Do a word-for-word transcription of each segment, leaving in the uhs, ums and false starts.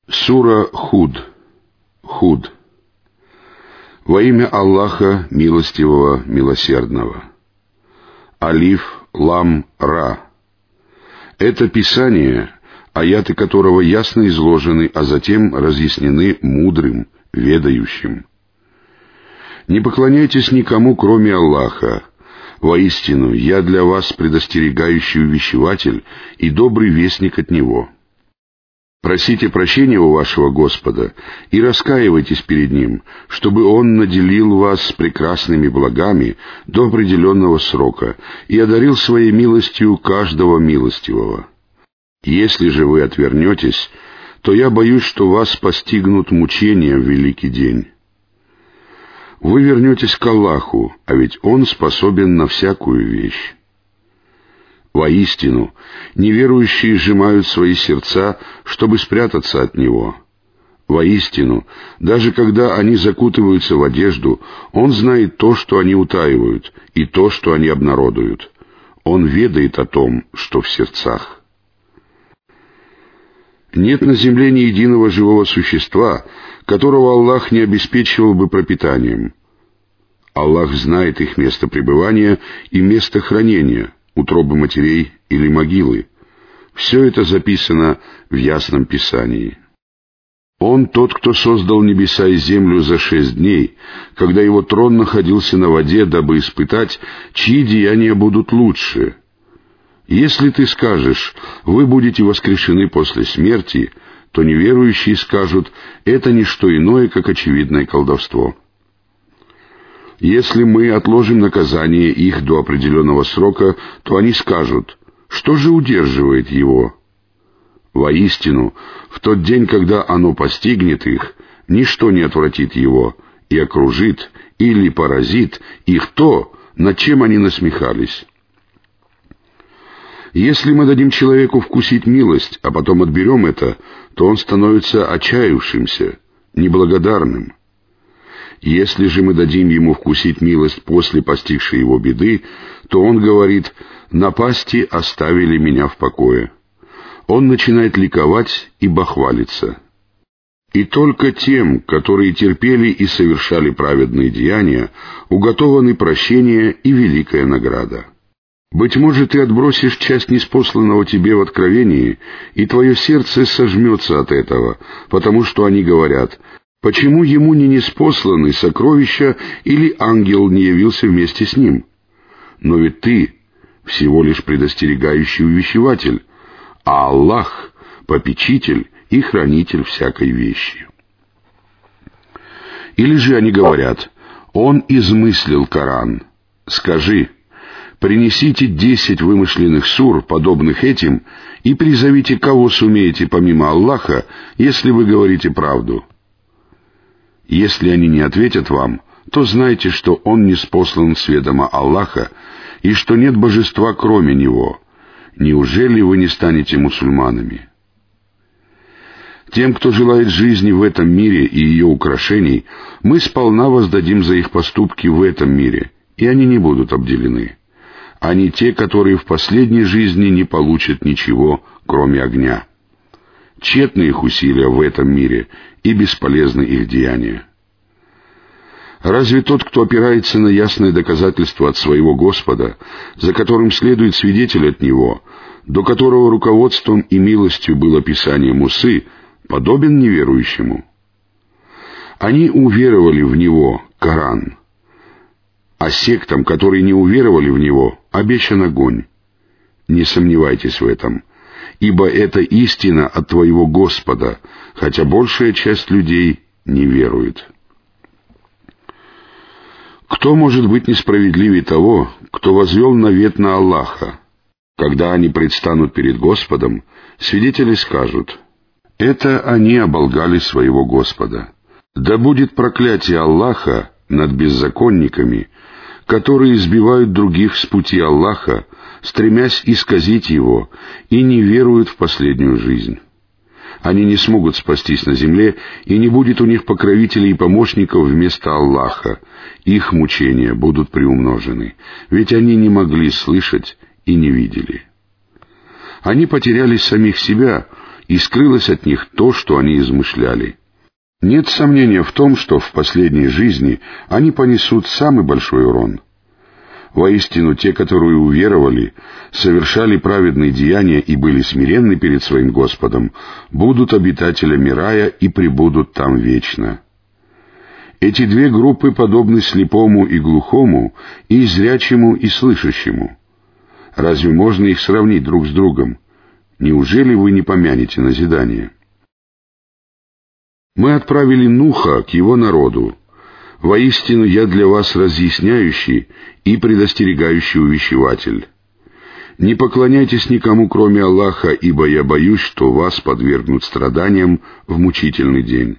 Сура Худ. Худ. Во имя Аллаха Милостивого, Милосердного. Алиф, Лам, Ра. Это Писание, аяты которого ясно изложены, а затем разъяснены мудрым, ведающим. Не поклоняйтесь никому, кроме Аллаха. Воистину, я для вас предостерегающий увещеватель и добрый вестник от Него. Просите прощения у вашего Господа и раскаивайтесь перед Ним, чтобы Он наделил вас прекрасными благами до определенного срока и одарил своей милостью каждого милостивого. Если же вы отвернетесь, то я боюсь, что вас постигнут мучения в великий день. Вы вернетесь к Аллаху, а ведь Он способен на всякую вещь. Воистину, неверующие сжимают свои сердца, чтобы спрятаться от Него. Воистину, даже когда они закутываются в одежду, Он знает то, что они утаивают, и то, что они обнародуют. Он ведает о том, что в сердцах. Нет на земле ни единого живого существа, которого Аллах не обеспечивал бы пропитанием. Аллах знает их место пребывания и место хранения, утробы матерей или могилы. Все это записано в Ясном Писании. Он тот, кто создал небеса и землю за шесть дней, когда его трон находился на воде, дабы испытать, чьи деяния будут лучше. Если ты скажешь, вы будете воскрешены после смерти, то неверующие скажут, это не что иное, как очевидное колдовство. Если мы отложим наказание их до определенного срока, то они скажут, что же удерживает его? Воистину, в тот день, когда оно постигнет их, ничто не отвратит его, и окружит или поразит их то, над чем они насмехались. Если мы дадим человеку вкусить милость, а потом отберем это, то он становится отчаявшимся, неблагодарным. Если же мы дадим ему вкусить милость после постигшей его беды, то он говорит: «Напасти оставили меня в покое». Он начинает ликовать и бахвалиться. И только тем, которые терпели и совершали праведные деяния, уготованы прощение и великая награда. Быть может, ты отбросишь часть ниспосланного тебе в откровении, и твое сердце сожмется от этого, потому что они говорят: почему ему не ниспосланы сокровища или ангел не явился вместе с ним? Но ведь ты всего лишь предостерегающий увещеватель, а Аллах — попечитель и хранитель всякой вещи. Или же они говорят: он измыслил Коран. Скажи: принесите десять вымышленных сур, подобных этим, и призовите, кого сумеете помимо Аллаха, если вы говорите правду. Если они не ответят вам, то знайте, что Он ниспослан с ведома Аллаха, и что нет божества кроме Него. Неужели вы не станете мусульманами? Тем, кто желает жизни в этом мире и ее украшений, мы сполна воздадим за их поступки в этом мире, и они не будут обделены. Они те, которые в последней жизни не получат ничего, кроме огня. Тщетны их усилия в этом мире, и бесполезны их деяния. Разве тот, кто опирается на ясное доказательство от своего Господа, за которым следует свидетель от Него, до которого руководством и милостью было Писание Мусы, подобен неверующему? Они уверовали в Него, Коран, а сектам, которые не уверовали в Него, обещан огонь. Не сомневайтесь в этом, ибо это истина от твоего Господа, хотя большая часть людей не верует. Кто может быть несправедливее того, кто возвел навет на Аллаха? Когда они предстанут перед Господом, свидетели скажут: это они оболгали своего Господа. Да будет проклятие Аллаха над беззаконниками, которые избивают других с пути Аллаха, стремясь исказить его, и не веруют в последнюю жизнь. Они не смогут спастись на земле, и не будет у них покровителей и помощников вместо Аллаха. Их мучения будут приумножены, ведь они не могли слышать и не видели. Они потеряли самих себя и скрылось от них то, что они измышляли. Нет сомнения в том, что в последней жизни они понесут самый большой урон. Воистину, те, которые уверовали, совершали праведные деяния и были смиренны перед своим Господом, будут обитателями рая и пребудут там вечно. Эти две группы подобны слепому и глухому, и зрячему и слышащему. Разве можно их сравнить друг с другом? Неужели вы не помянете назидание? Мы отправили Нуха к его народу. Воистину, я для вас разъясняющий и предостерегающий увещеватель. Не поклоняйтесь никому, кроме Аллаха, ибо я боюсь, что вас подвергнут страданиям в мучительный день.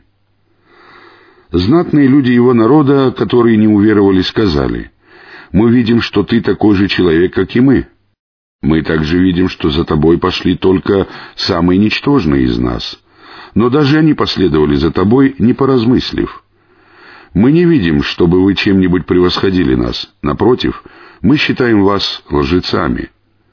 Знатные люди его народа, которые не уверовали, сказали: «Мы видим, что ты такой же человек, как и мы. Мы также видим, что за тобой пошли только самые ничтожные из нас. Но даже они последовали за тобой, не поразмыслив. Мы не видим, чтобы вы чем-нибудь превосходили нас. Напротив, мы считаем вас лжецами».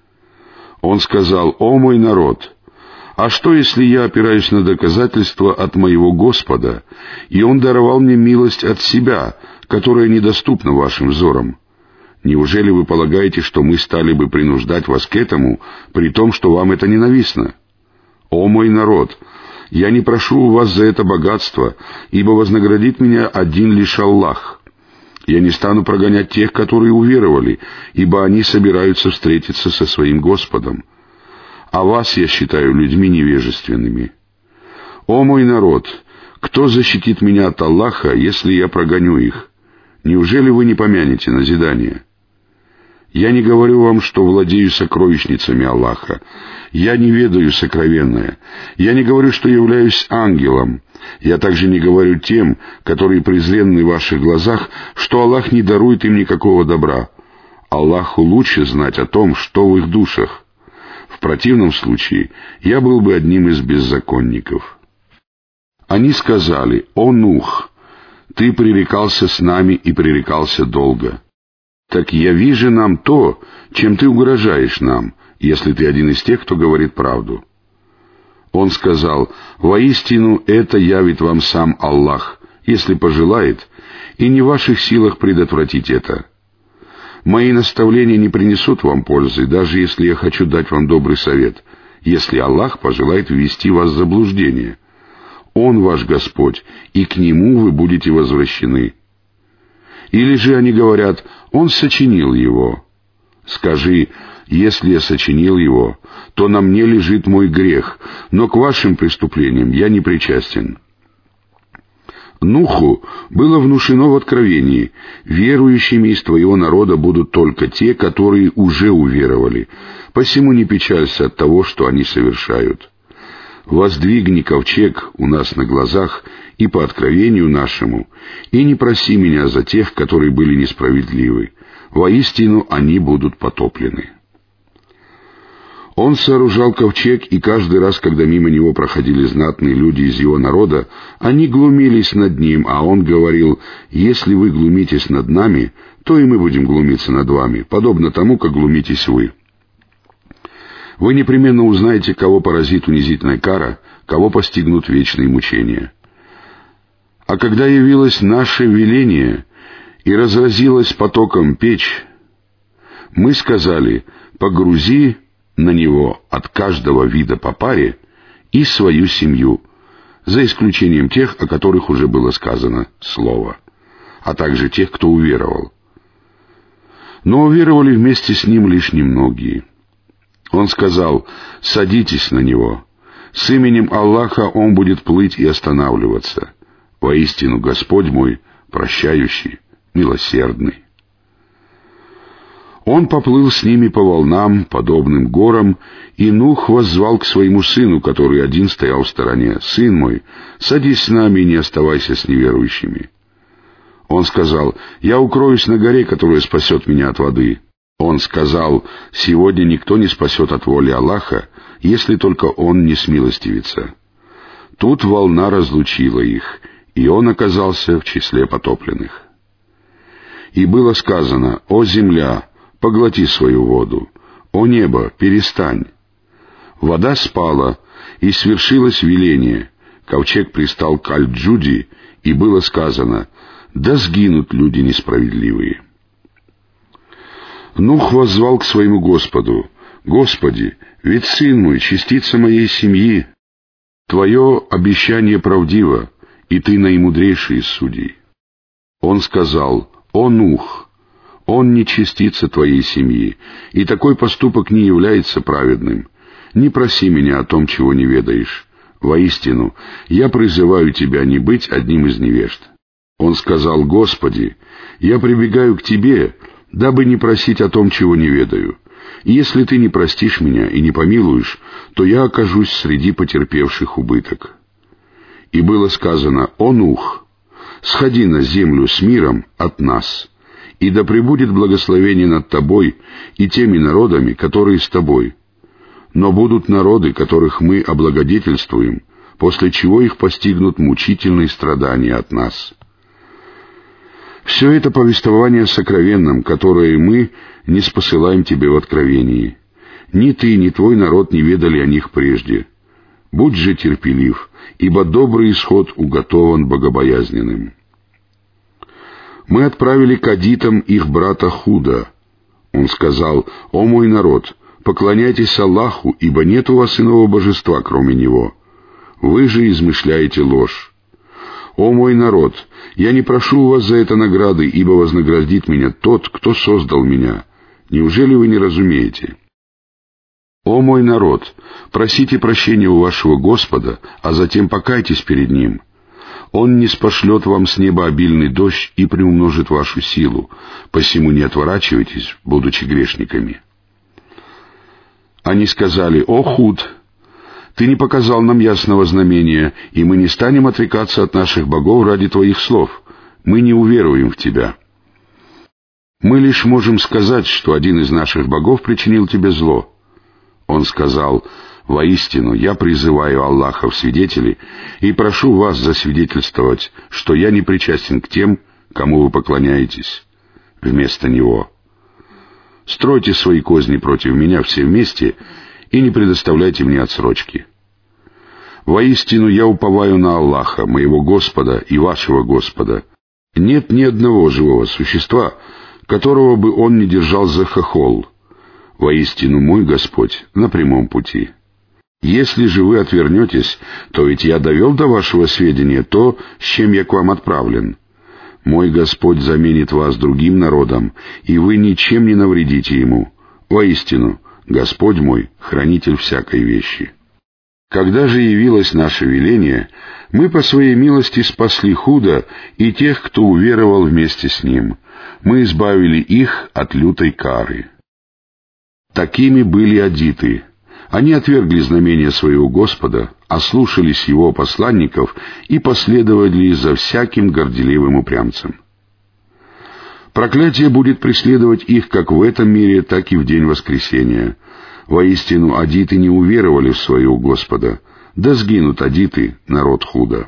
Он сказал: «О мой народ! А что, если я опираюсь на доказательства от моего Господа, и Он даровал мне милость от себя, которая недоступна вашим взорам? Неужели вы полагаете, что мы стали бы принуждать вас к этому, при том, что вам это ненавистно? О мой народ! Я не прошу у вас за это богатство, ибо вознаградит меня один лишь Аллах. Я не стану прогонять тех, которые уверовали, ибо они собираются встретиться со своим Господом. А вас я считаю людьми невежественными. О мой народ! Кто защитит меня от Аллаха, если я прогоню их? Неужели вы не помянете назидание? Я не говорю вам, что владею сокровищницами Аллаха. Я не ведаю сокровенное. Я не говорю, что являюсь ангелом. Я также не говорю тем, которые презренны в ваших глазах, что Аллах не дарует им никакого добра. Аллаху лучше знать о том, что в их душах. В противном случае я был бы одним из беззаконников». Они сказали: «О Нух, ты пререкался с нами и пререкался долго. Так яви же нам то, чем ты угрожаешь нам, если ты один из тех, кто говорит правду». Он сказал: «Воистину, это явит вам сам Аллах, если пожелает, и не в ваших силах предотвратить это. Мои наставления не принесут вам пользы, даже если я хочу дать вам добрый совет, если Аллах пожелает ввести вас в заблуждение. Он ваш Господь, и к Нему вы будете возвращены». Или же они говорят: «Он сочинил его». Скажи: «Если я сочинил его, то на мне лежит мой грех, но к вашим преступлениям я не причастен». Нуху было внушено в откровении: верующими из твоего народа будут только те, которые уже уверовали, посему не печалься от того, что они совершают. Воздвигни ковчег у нас на глазах и по откровению нашему, и не проси меня за тех, которые были несправедливы. Воистину, они будут потоплены. Он сооружал ковчег, и каждый раз, когда мимо него проходили знатные люди из его народа, они глумились над ним, а он говорил: «Если вы глумитесь над нами, то и мы будем глумиться над вами, подобно тому, как глумитесь вы». Вы непременно узнаете, кого поразит унизительная кара, кого постигнут вечные мучения. А когда явилось наше веление и разразилась потоком печь, мы сказали: погрузи на него от каждого вида по паре и свою семью, за исключением тех, о которых уже было сказано слово, а также тех, кто уверовал. Но уверовали вместе с ним лишь немногие. Он сказал: садитесь на него. С именем Аллаха он будет плыть и останавливаться. Воистину, Господь мой прощающий, милосердный. Он поплыл с ними по волнам, подобным горам, и Нух воззвал к своему сыну, который один стоял в стороне: «Сын мой, садись с нами и не оставайся с неверующими». Он сказал: «Я укроюсь на горе, которая спасет меня от воды». Он сказал: «Сегодня никто не спасет от воли Аллаха, если только он не смилостивится». Тут волна разлучила их, и он оказался в числе потопленных. И было сказано: «О земля, поглоти свою воду! О небо, перестань!» Вода спала, и свершилось веление. Ковчег пристал к Аль-Джуди, и было сказано: «Да сгинут люди несправедливые». Нух воззвал к своему Господу: «Господи, ведь сын мой, частица моей семьи. Твое обещание правдиво, и ты наимудрейший из судей». Он сказал: «О Нух, он не частица твоей семьи, и такой поступок не является праведным. Не проси меня о том, чего не ведаешь. Воистину, я призываю тебя не быть одним из невежд». Он сказал: «Господи, я прибегаю к тебе, дабы не просить о том, чего не ведаю. И если ты не простишь меня и не помилуешь, то я окажусь среди потерпевших убыток». И было сказано: «О Нух, сходи на землю с миром от нас, и да пребудет благословение над тобой и теми народами, которые с тобой. Но будут народы, которых мы облагодетельствуем, после чего их постигнут мучительные страдания от нас». Все это повествование о сокровенном, которое мы не спосылаем тебе в откровении. Ни ты, ни твой народ не ведали о них прежде. Будь же терпелив, ибо добрый исход уготован богобоязненным. Мы отправили к адитам их брата Худа. Он сказал: «О мой народ, поклоняйтесь Аллаху, ибо нет у вас иного божества, кроме Него. Вы же измышляете ложь. О мой народ, я не прошу у вас за это награды, ибо вознаградит меня тот, кто создал меня. Неужели вы не разумеете? О мой народ, просите прощения у вашего Господа, а затем покайтесь перед Ним. Он ниспошлет вам с неба обильный дождь и приумножит вашу силу, посему не отворачивайтесь, будучи грешниками». Они сказали: «О Худ, ты не показал нам ясного знамения, и мы не станем отрекаться от наших богов ради твоих слов. Мы не уверуем в тебя. Мы лишь можем сказать, что один из наших богов причинил тебе зло». Он сказал: «Воистину, я призываю Аллаха в свидетели и прошу вас засвидетельствовать, что я не причастен к тем, кому вы поклоняетесь вместо Него. Стройте свои козни против меня все вместе и не предоставляйте мне отсрочки. Воистину, я уповаю на Аллаха, моего Господа и вашего Господа. Нет ни одного живого существа, которого бы Он не держал за хохол. Воистину, мой Господь на прямом пути. Если же вы отвернетесь, то ведь я довел до вашего сведения то, с чем я к вам отправлен. Мой Господь заменит вас другим народом, и вы ничем не навредите Ему. Воистину, Господь мой — хранитель всякой вещи». Когда же явилось наше веление, мы по своей милости спасли Худа и тех, кто уверовал вместе с ним. Мы избавили их от лютой кары. Такими были адиты. Они отвергли знамения своего Господа, ослушались Его посланников и последовали за всяким горделивым упрямцем. Проклятие будет преследовать их как в этом мире, так и в день воскресения. Воистину, адиты не уверовали в своего Господа. Да сгинут адиты, народ Худа.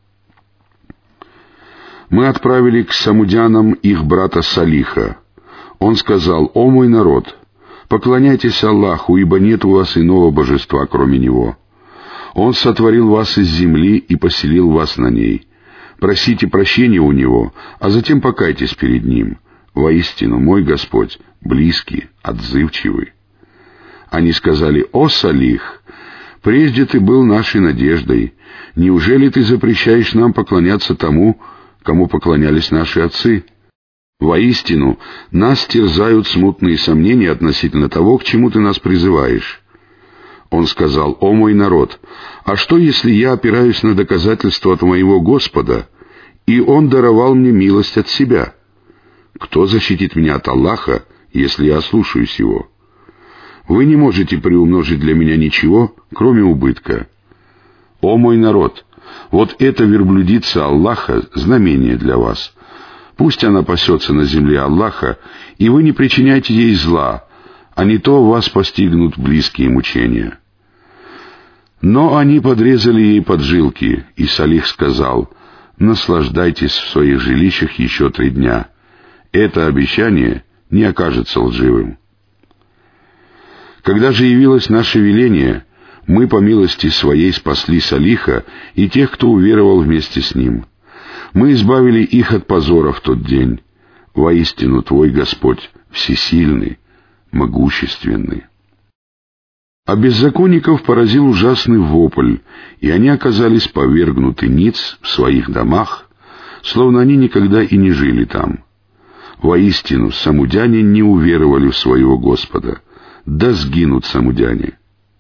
Мы отправили к самудянам их брата Салиха. Он сказал: «О мой народ, поклоняйтесь Аллаху, ибо нет у вас иного божества, кроме Него. Он сотворил вас из земли и поселил вас на ней. Просите прощения у Него, а затем покайтесь перед Ним. Воистину, мой Господь близкий, отзывчивый». Они сказали: «О Салих, прежде ты был нашей надеждой. Неужели ты запрещаешь нам поклоняться тому, кому поклонялись наши отцы? Воистину, нас терзают смутные сомнения относительно того, к чему ты нас призываешь». Он сказал: «О мой народ, а что, если я опираюсь на доказательства от моего Господа, и Он даровал мне милость от себя? Кто защитит меня от Аллаха, если я ослушаюсь Его? Вы не можете приумножить для меня ничего, кроме убытка. О мой народ, вот эта верблюдица Аллаха — знамение для вас. Пусть она пасется на земле Аллаха, и вы не причиняйте ей зла, а не то вас постигнут близкие мучения». Но они подрезали ей поджилки, и Салих сказал: «Наслаждайтесь в своих жилищах еще три дня. Это обещание не окажется лживым». Когда же явилось наше веление, Мы по милости Своей спасли Салиха и тех, кто уверовал вместе с ним. Мы избавили их от позора в тот день. Воистину, Твой Господь всесильный, могущественный». А беззаконников поразил ужасный вопль, и они оказались повергнуты ниц в своих домах, словно они никогда и не жили там. Воистину, самудяне не уверовали в своего Господа. Да сгинут самудяне.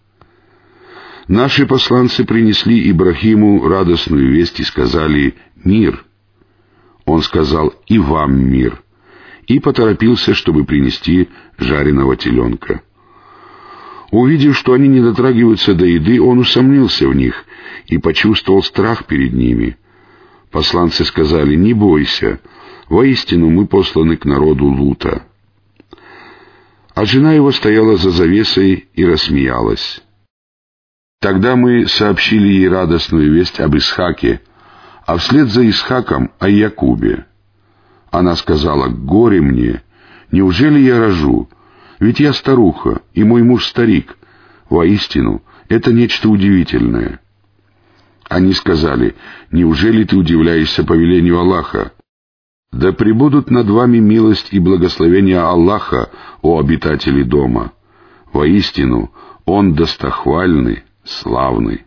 Наши посланцы принесли Ибрахиму радостную весть и сказали: «Мир». Он сказал: «И вам мир», и поторопился, чтобы принести жареного теленка. Увидев, что они не дотрагиваются до еды, он усомнился в них и почувствовал страх перед ними. Посланцы сказали: «Не бойся, воистину мы посланы к народу Лута». А жена его стояла за завесой и рассмеялась. Тогда мы сообщили ей радостную весть об Исхаке, а вслед за Исхаком о Якубе. Она сказала: «Горе мне! Неужели я рожу? Ведь я старуха, и мой муж старик. Воистину, это нечто удивительное». Они сказали: «Неужели ты удивляешься повелению Аллаха? Да пребудут над вами милость и благословение Аллаха, о обитатели дома. Воистину, Он достохвальный, славный».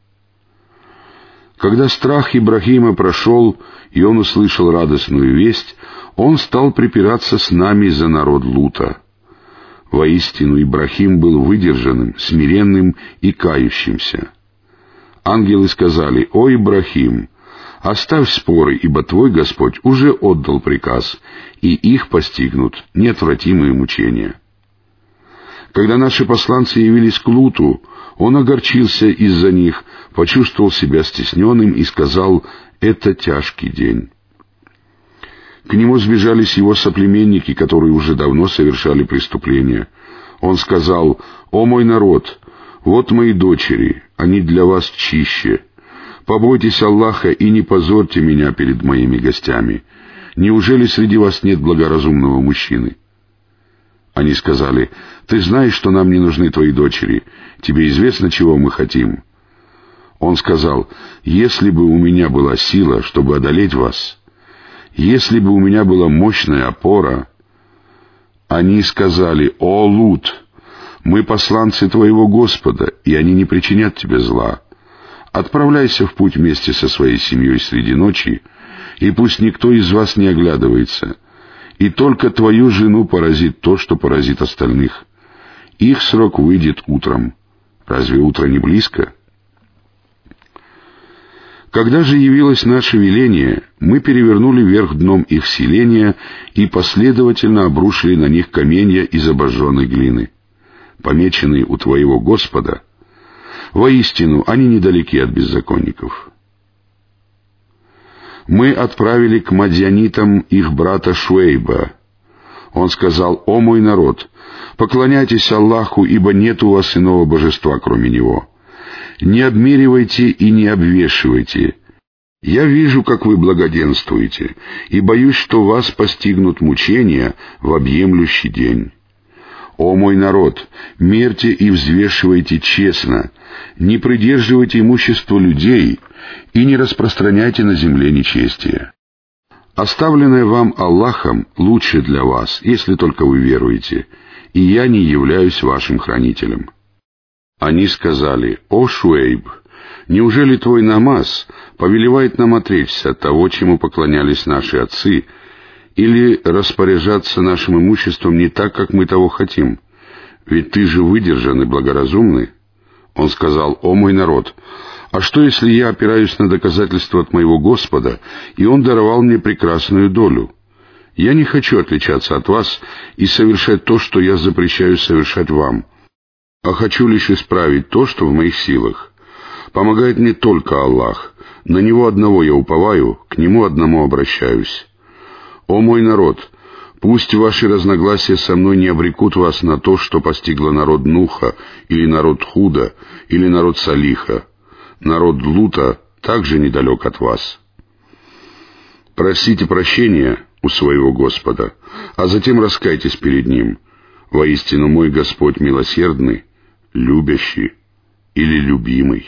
Когда страх Ибрахима прошел, и он услышал радостную весть, он стал припираться с нами за народ Лута. Воистину, Ибрахим был выдержанным, смиренным и кающимся. Ангелы сказали: «О Ибрахим, оставь споры, ибо твой Господь уже отдал приказ, и их постигнут неотвратимые мучения». Когда наши посланцы явились к Луту, он огорчился из-за них, почувствовал себя стесненным и сказал: «Это тяжкий день». К нему сбежались его соплеменники, которые уже давно совершали преступления. Он сказал: «О мой народ, вот мои дочери, они для вас чище. Побойтесь Аллаха и не позорьте меня перед моими гостями. Неужели среди вас нет благоразумного мужчины?» Они сказали: «Ты знаешь, что нам не нужны твои дочери. Тебе известно, чего мы хотим». Он сказал: «Если бы у меня была сила, чтобы одолеть вас, если бы у меня была мощная опора». Они сказали: «О Лут, мы посланцы твоего Господа, и они не причинят тебе зла. Отправляйся в путь вместе со своей семьей среди ночи, и пусть никто из вас не оглядывается, и только твою жену поразит то, что поразит остальных. Их срок выйдет утром. Разве утро не близко?» Когда же явилось наше веление, мы перевернули вверх дном их селения и последовательно обрушили на них каменья из обожженной глины, помеченные у твоего Господа. Воистину, они недалеки от беззаконников. Мы отправили к мадьянитам их брата Шуэйба. Он сказал: «О мой народ, поклоняйтесь Аллаху, ибо нет у вас иного божества, кроме Него. Не обмеривайте и не обвешивайте. Я вижу, как вы благоденствуете, и боюсь, что вас постигнут мучения в объемлющий день. О мой народ, мерьте и взвешивайте честно, не придерживайте имущество людей и не распространяйте на земле нечестие. Оставленное вам Аллахом лучше для вас, если только вы веруете, и я не являюсь вашим хранителем». Они сказали: «О Шуэйб, неужели твой намаз повелевает нам отречься от того, чему поклонялись наши отцы, или распоряжаться нашим имуществом не так, как мы того хотим? Ведь ты же выдержан и благоразумный». Он сказал: «О мой народ, а что, если я опираюсь на доказательства от моего Господа, и Он даровал мне прекрасную долю? Я не хочу отличаться от вас и совершать то, что я запрещаю совершать вам, а хочу лишь исправить то, что в моих силах. Помогает мне только Аллах, на Него одного я уповаю, к Нему одному обращаюсь. О мой народ, пусть ваши разногласия со мной не обрекут вас на то, что постигло народ Нуха, или народ Худа, или народ Салиха. Народ Лута также недалек от вас. Просите прощения у своего Господа, а затем раскайтесь перед Ним. Воистину, мой Господь милосердный, любящий, или любимый?»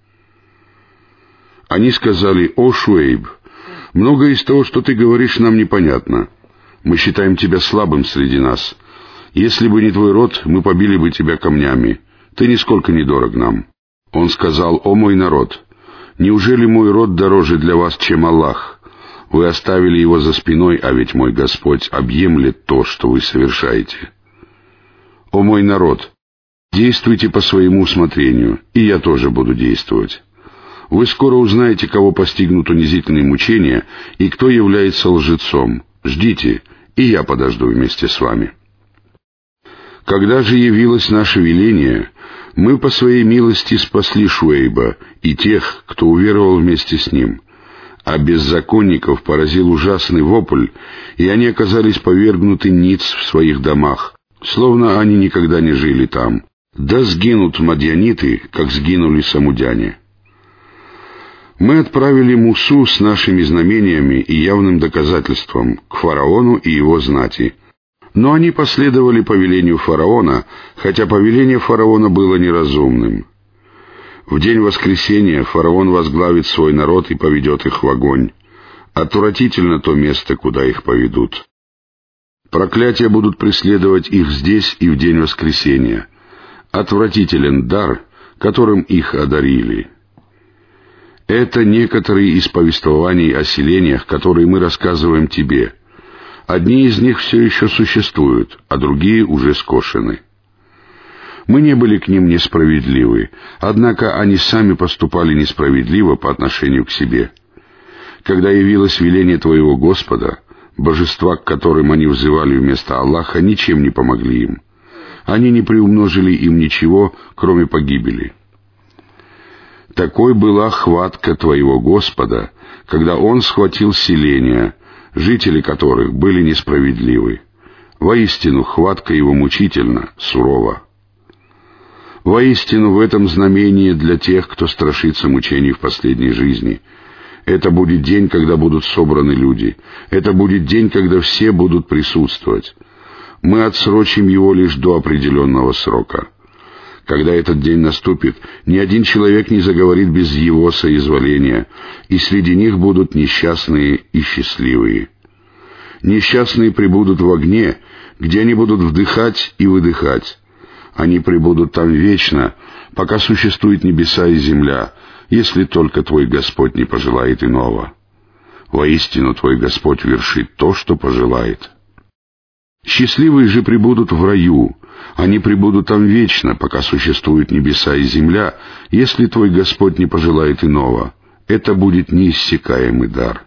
Они сказали: «О, Шуэйб, многое из того, что ты говоришь, нам непонятно. Мы считаем тебя слабым среди нас. Если бы не твой род, мы побили бы тебя камнями. Ты нисколько не дорог нам». Он сказал: «О мой народ, неужели мой род дороже для вас, чем Аллах? Вы оставили его за спиной, а ведь мой Господь объемлет то, что вы совершаете. О мой народ, действуйте по своему усмотрению, и я тоже буду действовать. Вы скоро узнаете, кого постигнут унизительные мучения, и кто является лжецом. Ждите, и я подожду вместе с вами». Когда же явилось наше веление, мы по своей милости спасли Шуэйба и тех, кто уверовал вместе с ним, а беззаконников поразил ужасный вопль, и они оказались повергнуты ниц в своих домах, словно они никогда не жили там. Да сгинут мадьяниты, как сгинули самудяне. Мы отправили Мусу с нашими знамениями и явным доказательством к фараону и его знати. Но они последовали повелению фараона, хотя повеление фараона было неразумным. В день воскресения фараон возглавит свой народ и поведет их в огонь. Отвратительно то место, куда их поведут. Проклятия будут преследовать их здесь и в день воскресения. Отвратителен дар, которым их одарили. Это некоторые из повествований о селениях, которые мы рассказываем тебе. Одни из них все еще существуют, а другие уже скошены. Мы не были к ним несправедливы, однако они сами поступали несправедливо по отношению к себе. Когда явилось веление твоего Господа, божества, к которым они взывали вместо Аллаха, ничем не помогли им. Они не приумножили им ничего, кроме погибели. Такой была хватка твоего Господа, когда Он схватил селения, жители которых были несправедливы. Воистину, хватка Его мучительна, сурова. Воистину, в этом знамение для тех, кто страшится мучений в последней жизни. Это будет день, когда будут собраны люди. Это будет день, когда все будут присутствовать. Мы отсрочим его лишь до определенного срока. Когда этот день наступит, ни один человек не заговорит без его соизволения, и среди них будут несчастные и счастливые. Несчастные пребудут в огне, где они будут вдыхать и выдыхать. Они пребудут там вечно, пока существуют небеса и земля, если только твой Господь не пожелает иного. Воистину, твой Господь вершит то, что пожелает. Счастливые же пребудут в раю, они пребудут там вечно, пока существуют небеса и земля, если твой Господь не пожелает иного. Это будет неиссякаемый дар.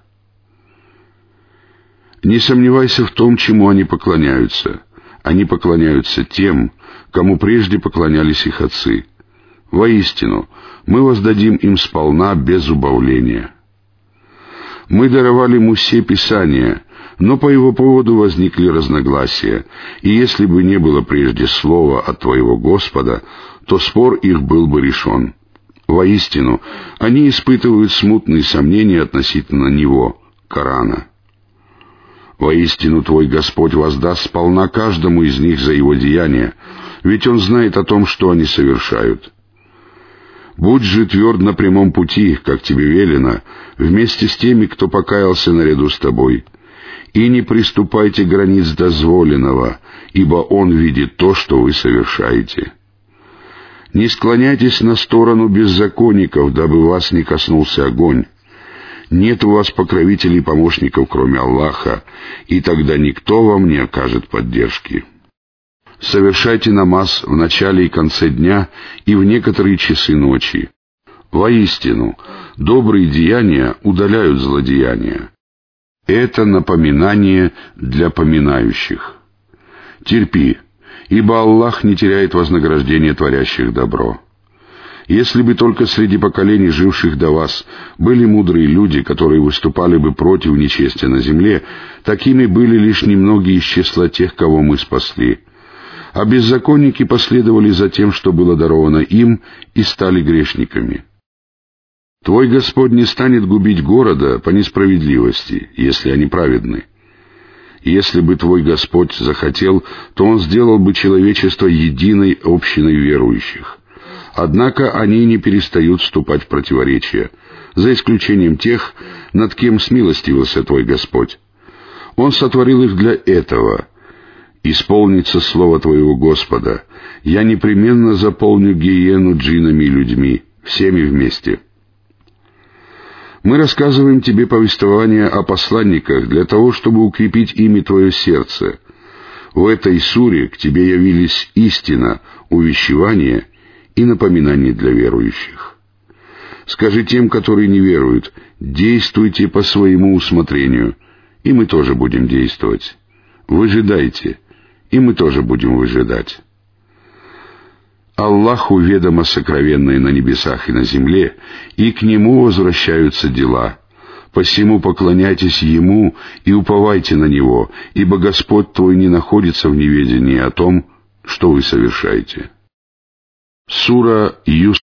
Не сомневайся в том, чему они поклоняются. Они поклоняются тем, кому прежде поклонялись их отцы. Воистину, мы воздадим им сполна без убавления. Мы даровали Мусе Писание, но по его поводу возникли разногласия, и если бы не было прежде слова от твоего Господа, то спор их был бы решен. Воистину, они испытывают смутные сомнения относительно него, Корана. Воистину, твой Господь воздаст сполна каждому из них за его деяния, ведь Он знает о том, что они совершают. Будь же тверд на прямом пути, как тебе велено, вместе с теми, кто покаялся наряду с тобой. И не приступайте границ дозволенного, ибо Он видит то, что вы совершаете. Не склоняйтесь на сторону беззаконников, дабы вас не коснулся огонь. Нет у вас покровителей и помощников, кроме Аллаха, и тогда никто вам не окажет поддержки. Совершайте намаз в начале и конце дня и в некоторые часы ночи. Воистину, добрые деяния удаляют злодеяния. Это напоминание для поминающих. Терпи, ибо Аллах не теряет вознаграждения творящих добро. Если бы только среди поколений, живших до вас, были мудрые люди, которые выступали бы против нечестия на земле, такими были лишь немногие из числа тех, кого мы спасли. А беззаконники последовали за тем, что было даровано им, и стали грешниками. Твой Господь не станет губить города по несправедливости, если они праведны. Если бы твой Господь захотел, то Он сделал бы человечество единой общиной верующих. Однако они не перестают вступать в противоречия, за исключением тех, над кем смилостивился твой Господь. Он сотворил их для этого. Исполнится слово твоего Господа: я непременно заполню гиену джиннами и людьми, всеми вместе. Мы рассказываем тебе повествование о посланниках для того, чтобы укрепить ими твое сердце. В этой суре к тебе явились истина, увещевание и напоминание для верующих. Скажи тем, которые не веруют: действуйте по своему усмотрению, и мы тоже будем действовать. Выжидайте, и мы тоже будем выжидать. Аллаху ведомо сокровенное на небесах и на земле, и к Нему возвращаются дела. Посему поклоняйтесь Ему и уповайте на Него, ибо Господь твой не находится в неведении о том, что вы совершаете. Сура Юсуф.